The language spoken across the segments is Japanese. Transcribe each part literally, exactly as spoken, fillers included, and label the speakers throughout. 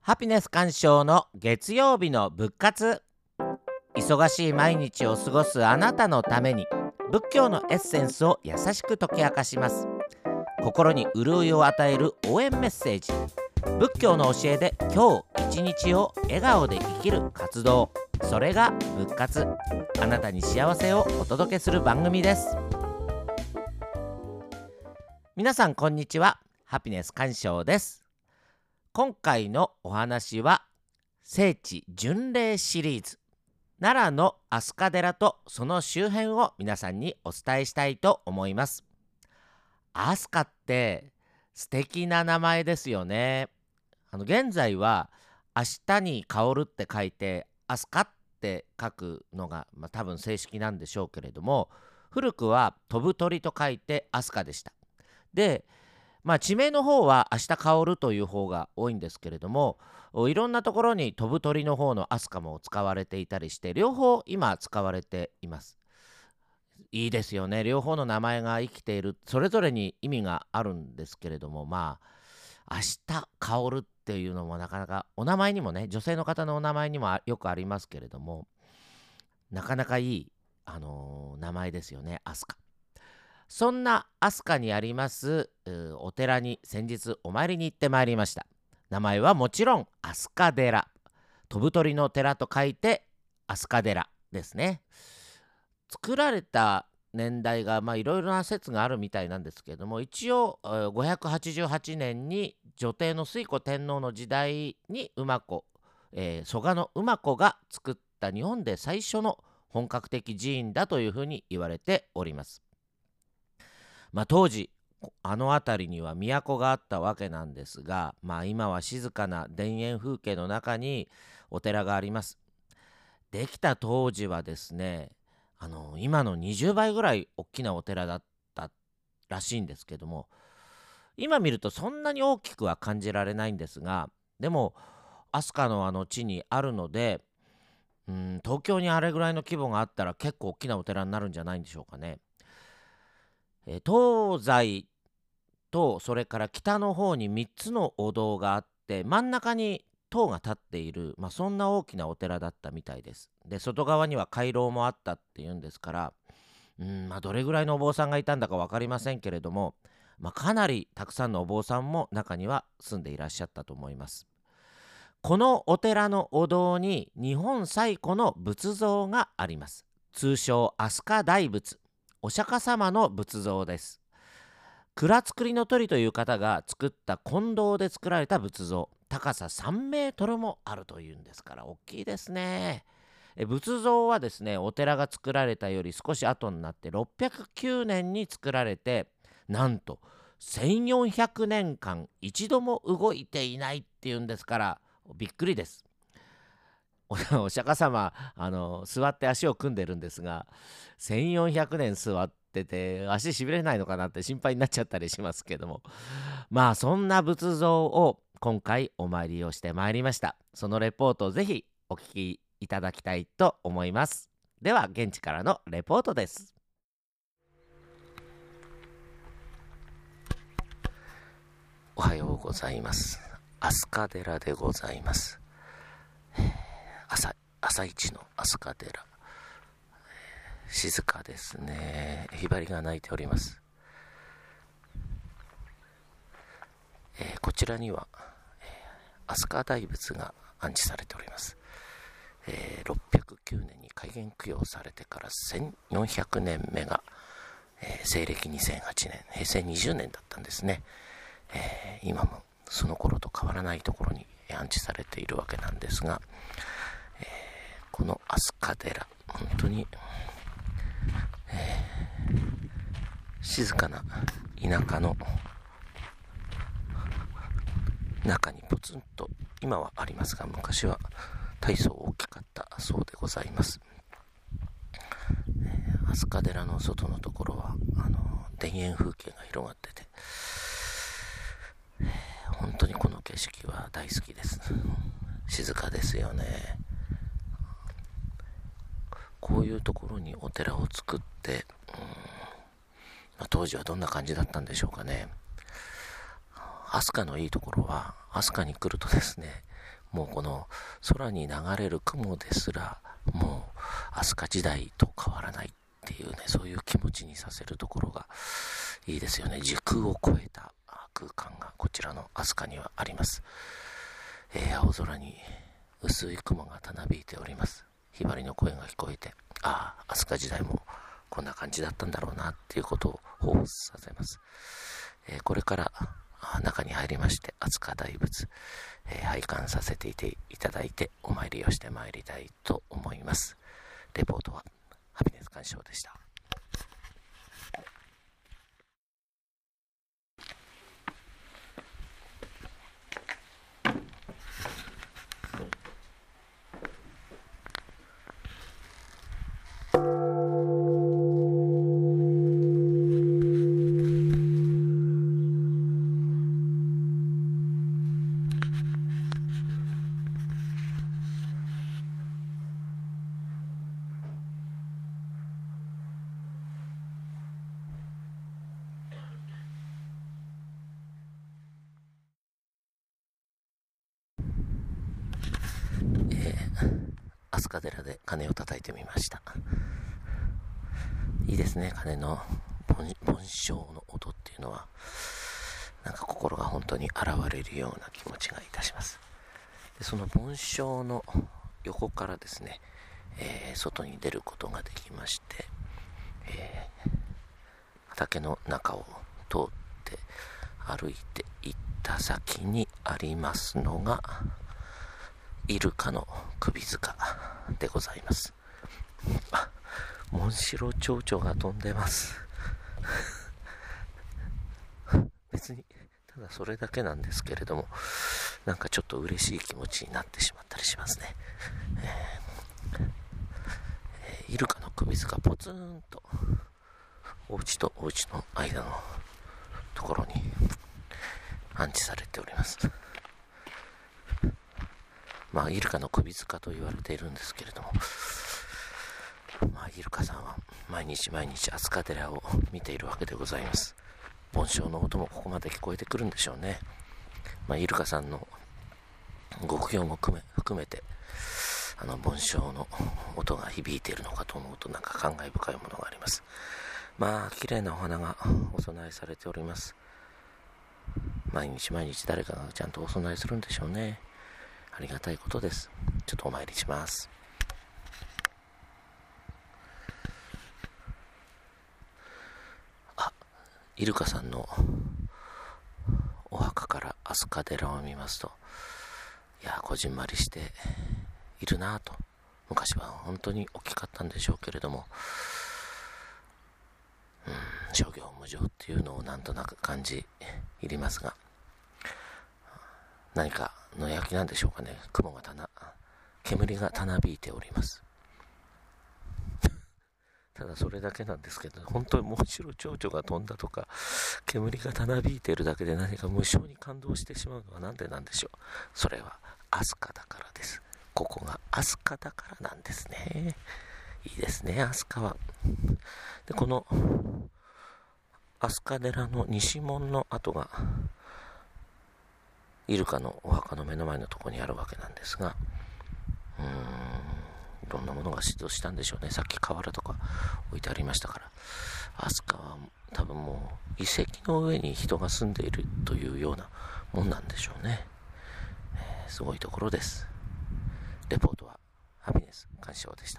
Speaker 1: ハピネス鑑賞の月曜日の仏活。忙しい毎日を過ごすあなたのために仏教のエッセンスを優しく解き明かします。心に潤いを与える応援メッセージ。仏教の教えで今日一日を笑顔で生きる活動、それが仏活。あなたに幸せをお届けする番組です。皆さんこんにちは。ハピネス鑑賞です。今回のお話は聖地巡礼シリーズ、奈良の飛鳥寺とその周辺を皆さんにお伝えしたいと思います。飛鳥って素敵な名前ですよね。あの現在は明日に香るって書いて飛鳥って書くのが、まあ、多分正式なんでしょうけれども、古くは飛ぶ鳥と書いて飛鳥でした。でまあ、地名の方は明日香るという方が多いんですけれども、いろんなところに飛ぶ鳥の方の飛鳥も使われていたりして、両方今使われています。いいですよね。両方の名前が生きている、それぞれに意味があるんですけれども、まあ明日香るっていうのもなかなか、お名前にもね、女性の方のお名前にもよくありますけれども、なかなかいい、あのー名前ですよね、飛鳥。そんな飛鳥にありますお寺に先日お参りに行ってまいりました。名前はもちろん飛鳥寺。飛ぶ鳥の寺と書いて飛鳥寺ですね。作られた年代がいろいろな説があるみたいなんですけれども、一応ごひゃくはちじゅうはちねんに女帝の推古天皇の時代に馬子、えー、蘇我の馬子が作った日本で最初の本格的寺院だというふうに言われております。まあ、当時あの辺りには都があったわけなんですが、まあ、今は静かな田園風景の中にお寺があります。できた当時はですね、あの今のにじゅうばいぐらい大きなお寺だったらしいんですけども、今見るとそんなに大きくは感じられないんですが、でも飛鳥のあの地にあるので、うん東京にあれぐらいの規模があったら結構大きなお寺になるんじゃないんでしょうかね。東西とそれから北の方にみっつのお堂があって、真ん中に塔が立っている、まあ、そんな大きなお寺だったみたいです。で外側には回廊もあったっていうんですから、うん、まあ、どれぐらいのお坊さんがいたんだか分かりませんけれども、まあ、かなりたくさんのお坊さんも中には住んでいらっしゃったと思います。このお寺のお堂に日本最古の仏像があります。通称飛鳥大仏、お釈迦様の仏像です。蔵造りの鳥という方が作った金銅で作られた仏像、高ささんメートルもあるというんですから大きいですね。え仏像はですね、お寺が作られたより少し後になってろっぴゃくきゅうねんに作られて、なんとせんよんひゃくねんかん一度も動いていないっていうんですからびっくりです。おお釈迦様、あの座って足を組んでるんですが、せんよんひゃくねん座ってて足しびれないのかなって心配になっちゃったりしますけども、まあそんな仏像を今回お参りをしてまいりました。そのレポートをぜひお聞きいただきたいと思います。では現地からのレポートです。
Speaker 2: おはようございます。飛鳥寺でございます。朝朝一の飛鳥寺、静かですね。ひばりが鳴いております。えー、こちらには、えー、飛鳥大仏が安置されております。えー、ろっぴゃくきゅうねんに開眼供養されてからせんよんひゃくねんめが、えー、西暦にせんはちねん、へいせいにじゅうねんだったんですね。えー、今もその頃と変わらないところに安置されているわけなんですが、えー、この飛鳥寺、本当に、えー、静かな田舎の中にポツンと今はありますが、昔は大層大きかったそうでございます。えー、飛鳥寺の外のところはあの田園風景が広がってて、えー、本当にこの景色は大好きです。静かですよね。こういうところにお寺を作って、うんまあ、当時はどんな感じだったんでしょうかね。飛鳥のいいところは、飛鳥に来るとですね、 もうこの空に流れる雲ですらもう飛鳥時代と変わらないっていうね、そういう気持ちにさせるところがいいですよね。時空を超えた空間がこちらの飛鳥にはあります。えー、青空に薄い雲がたなびいております。ひばりの声が聞こえて、ああ、飛鳥時代もこんな感じだったんだろうなっていうことを彷彿させます。えー、これから中に入りまして、飛鳥大仏、えー、拝観させていていただいて、お参りをしてまいりたいと思います。レポートはハピネス鑑賞でした。飛鳥寺で鐘を叩いてみました。いいですね、鐘の梵鐘の音っていうのは、なんか心が本当に現れるような気持ちがいたします。でその梵鐘の横からですね、えー、外に出ることができまして、えー、畑の中を通って歩いていった先にありますのがイルカの首塚でございます。あ、モンシロチョウチョが飛んでます別にただそれだけなんですけれども、なんかちょっと嬉しい気持ちになってしまったりしますね。えーえー、イルカの首塚、ポツンとお家とお家の間のところに安置されております。まあイルカの首塚と言われているんですけれども、まあイルカさんは毎日毎日飛鳥寺を見ているわけでございます。梵鐘の音もここまで聞こえてくるんでしょうね。まあイルカさんの極評も含め含めてあの梵鐘の音が響いているのかと思うと、なんか感慨深いものがあります。まあ綺麗なお花がお供えされております。毎日毎日誰かがちゃんとお供えするんでしょうね。ありがたいことです。ちょっとお参りします。あ、イルカさんのお墓から飛鳥寺を見ますと、いやこじんまりしているなぁと。昔は本当に大きかったんでしょうけれども、うん、諸行無常っていうのをなんとなく感じ入りますが、何かの焼きなんでしょうかね。雲がたな煙がたなびいておりますただそれだけなんですけど、本当にモンシロチョウチョが飛んだとか煙がたなびいているだけで何か無性に感動してしまうのはなんでなんでしょう。それは飛鳥だからです。ここが飛鳥だからなんですね。いいですね、飛鳥は。でこの飛鳥寺の西門の跡がイルカのお墓の目の前のところにあるわけなんですが、うーん、いろんなものが出土したんでしょうね。さっき瓦とか置いてありましたから、飛鳥は多分もう遺跡の上に人が住んでいるというようなもんなんでしょうね。えー、すごいところです。レポートはハピネス鑑賞でした。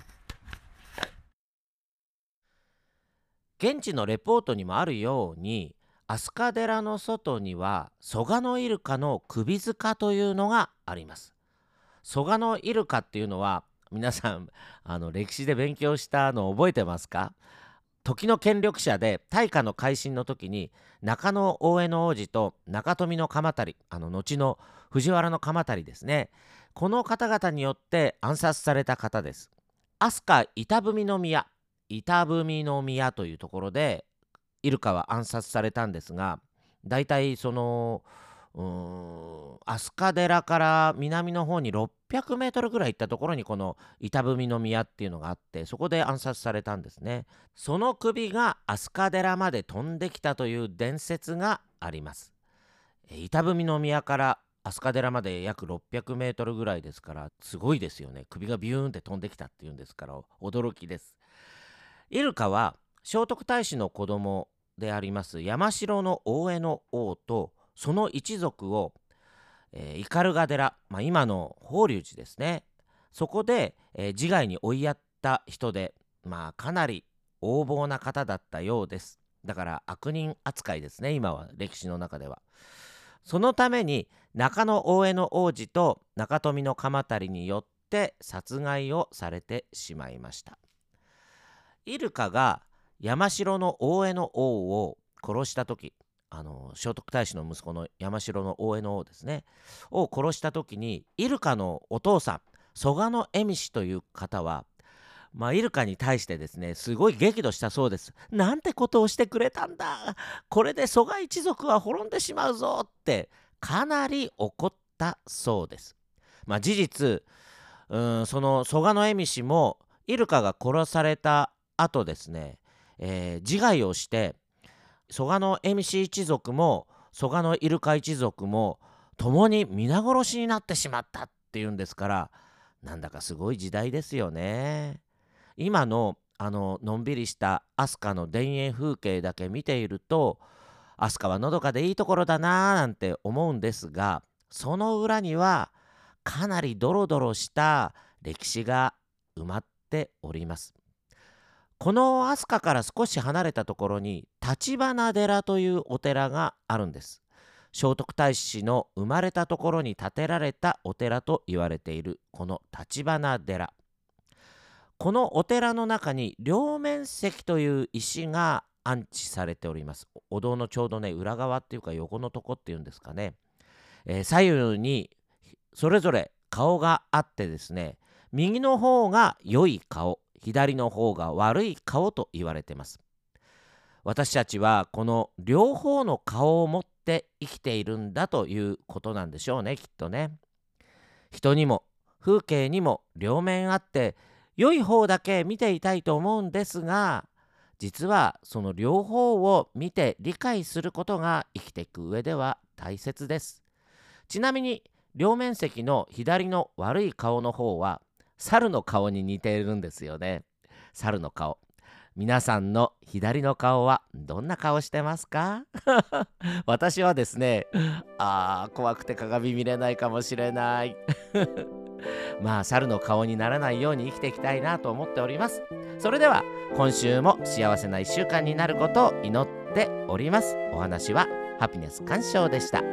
Speaker 1: 現地のレポートにもあるように、飛鳥寺の外には蘇我イルカの首塚というのがあります。蘇我イルカっていうのは皆さんあの歴史で勉強したの覚えてますか？時の権力者で大化の改新の時に中野大江の王子と中富の鎌足、あの後の藤原の鎌足ですね、この方々によって暗殺された方です。飛鳥板踏宮板踏宮というところでイルカは暗殺されたんですが、だいたいそのうーん飛鳥寺から南の方にろっぴゃくメートルぐらい行ったところにこの板踏宮っていうのがあって、そこで暗殺されたんですね。その首が飛鳥寺まで飛んできたという伝説があります。板踏宮から飛鳥寺まで約ろっぴゃくメートルぐらいですから、すごいですよね。首がビューンって飛んできたっていうんですから、驚きです。イルカは聖徳太子の子供であります山城の大江の王とその一族を、えー、斑鳩寺、まあ、今の法隆寺ですね、そこで、えー自害に追いやった人で、まあかなり横暴な方だったようです。だから悪人扱いですね、今は歴史の中では。そのために中野大江の王子と中富の鎌足によって殺害をされてしまいました。イルカが山城の大江の王を殺した時、あの聖徳太子の息子の山城の大江の王ですねを殺した時に、イルカのお父さん蘇我恵美氏という方は、まあ、イルカに対してですねすごい激怒したそうです。なんてことをしてくれたんだ、これで蘇我一族は滅んでしまうぞってかなり怒ったそうです。まあ、事実、うーんその蘇我恵美氏もイルカが殺された後ですね、えー自害をして蘇我恵美氏一族も蘇我イルカ一族も共に皆殺しになってしまったっていうんですから、なんだかすごい時代ですよね。今のあののんびりした飛鳥の田園風景だけ見ていると、飛鳥はのどかでいいところだなーなんて思うんですが、その裏にはかなりドロドロした歴史が埋まっております。この飛鳥から少し離れたところに立花寺というお寺があるんです。聖徳太子の生まれたところに建てられたお寺と言われているこの立花寺。このお寺の中に両面石という石が安置されております。お堂のちょうどね裏側っていうか横のとこっていうんですかね、えー左右にそれぞれ顔があってですね、右の方が良い顔、左の方が悪い顔と言われています。私たちはこの両方の顔を持って生きているんだということなんでしょうね、きっとね。人にも風景にも両面あって、良い方だけ見ていたいと思うんですが、実はその両方を見て理解することが生きていく上では大切です。ちなみに両面石の左の悪い顔の方は猿の顔に似ているんですよね。猿の顔。皆さんの左の顔はどんな顔してますか？私はですね、あー怖くて鏡見れないかもしれない。まあ猿の顔にならないように生きていきたいなと思っております。それでは今週も幸せないっしゅうかんになることを祈っております。お話はハピネス鑑賞でした。